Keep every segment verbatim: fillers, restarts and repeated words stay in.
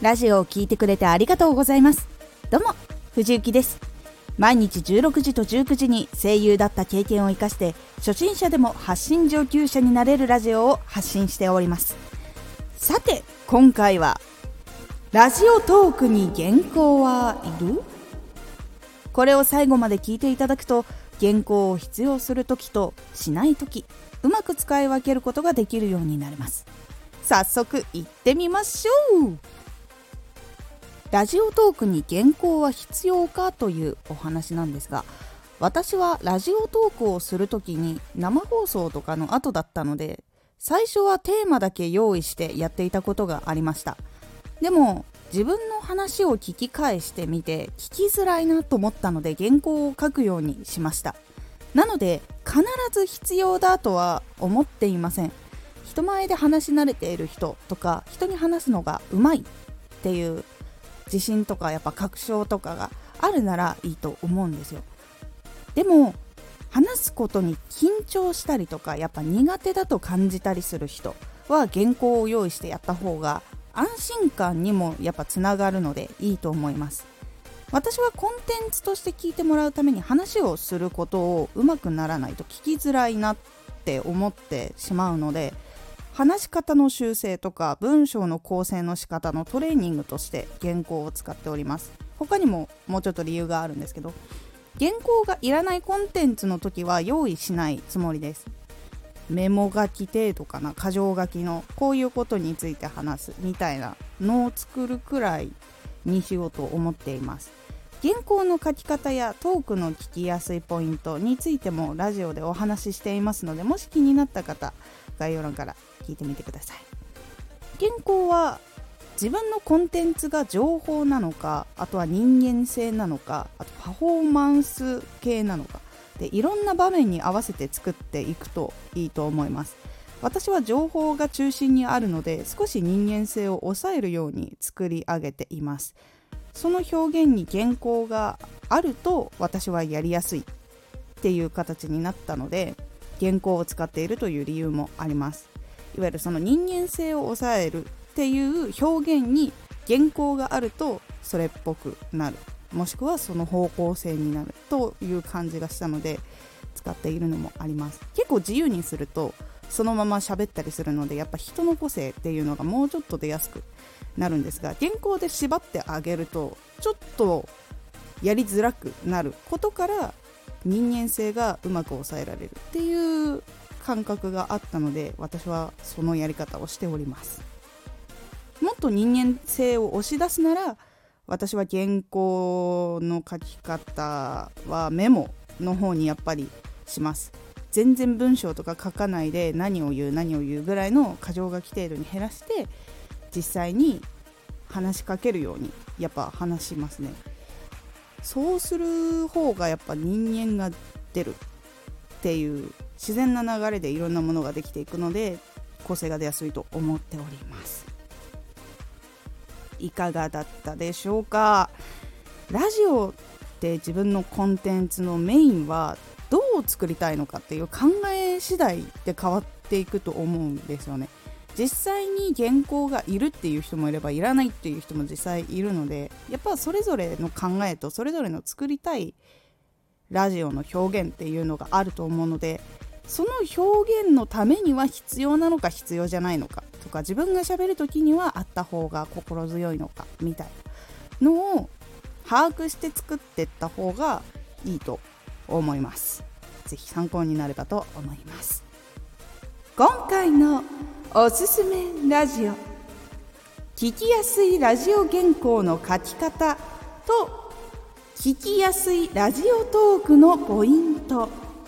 ラジオを聞いてくれてありがとうございます。どうも藤幸です。毎日じゅうろくじとじゅうくじに声優だった経験を生かして初心者でも発信上級者になれるラジオを発信しております。さて今回はラジオトークに原稿はいる？これを最後まで聞いていただくと原稿を必要するときとしないときうまく使い分けることができるようになります。早速行ってみましょう。ラジオトークに原稿は必要かというお話なんですが、私はラジオトークをするときに生放送とかの後だったので、最初はテーマだけ用意してやっていたことがありました。でも自分の話を聞き返してみて聞きづらいなと思ったので原稿を書くようにしました。なので必ず必要だとは思っていません。人前で話し慣れている人とか人に話すのがうまいっていう自信とかやっぱ確証とかがあるならいいと思うんですよ。でも話すことに緊張したりとかやっぱ苦手だと感じたりする人は原稿を用意してやった方が安心感にもやっぱつながるのでいいと思います。私はコンテンツとして聞いてもらうために話をすることをうまくならないと聞きづらいなって思ってしまうので、話し方の修正とか文章の構成の仕方のトレーニングとして原稿を使っております。他にももうちょっと理由があるんですけど、原稿がいらないコンテンツの時は用意しないつもりです。メモ書き程度かな、箇条書きのこういうことについて話すみたいなのを作るくらいにしようと思っています。原稿の書き方やトークの聞きやすいポイントについてもラジオでお話ししていますので、もし気になった方概要欄から聞いてみてください。原稿は自分のコンテンツが情報なのか、あとは人間性なのか、あとパフォーマンス系なのかで、いろんな場面に合わせて作っていくといいと思います。私は情報が中心にあるので少し人間性を抑えるように作り上げています。その表現に原稿があると私はやりやすいっていう形になったので原稿を使っているという理由もあります。いわゆるその人間性を抑えるっていう表現に原稿があるとそれっぽくなる、もしくはその方向性になるという感じがしたので使っているのもあります。結構自由にするとそのまま喋ったりするのでやっぱ人の個性っていうのがもうちょっと出やすくなるんですが、原稿で縛ってあげるとちょっとやりづらくなることから人間性がうまく抑えられるっていう感覚があったので私はそのやり方をしております。もっと人間性を押し出すなら私は原稿の書き方はメモの方にやっぱりします。全然文章とか書かないで何を言う何を言うぐらいの箇条書き程度に減らして実際に話しかけるようにやっぱ話しますね。そうする方がやっぱ人間が出るっていう自然な流れでいろんなものができていくので個性が出やすいと思っております。いかがだったでしょうか。ラジオって自分のコンテンツのメインはどう作りたいのかっていう考え次第で変わっていくと思うんですよね。実際に原稿がいるっていう人もいればいらないっていう人も実際いるので、やっぱそれぞれの考えとそれぞれの作りたいラジオの表現っていうのがあると思うので、その表現のためには必要なのか必要じゃないのかとか、自分が喋るときにはあった方が心強いのかみたいなのを把握して作っていった方がいいと思います。ぜひ参考になればと思います。今回のおすすめラジオ、聞きやすいラジオ原稿の書き方と聞きやすいラジオトークのポイント。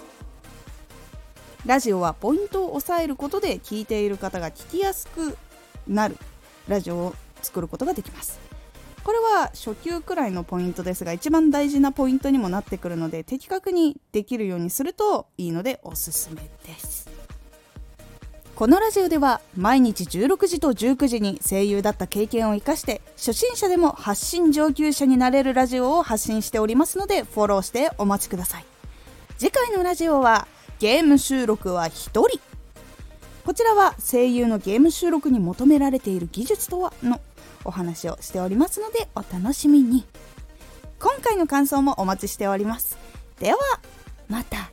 ラジオはポイントを押さえることで聞いている方が聞きやすくなるラジオを作ることができます。これは初級くらいのポイントですが一番大事なポイントにもなってくるので的確にできるようにするといいのでおすすめです。このラジオでは毎日じゅうろくじとじゅうくじに声優だった経験を生かして初心者でも発信上級者になれるラジオを発信しておりますのでフォローしてお待ちください。次回のラジオはゲーム収録は一人。 こちらは声優のゲーム収録に求められている技術とはのお話をしておりますのでお楽しみに。今回の感想もお待ちしております。ではまた。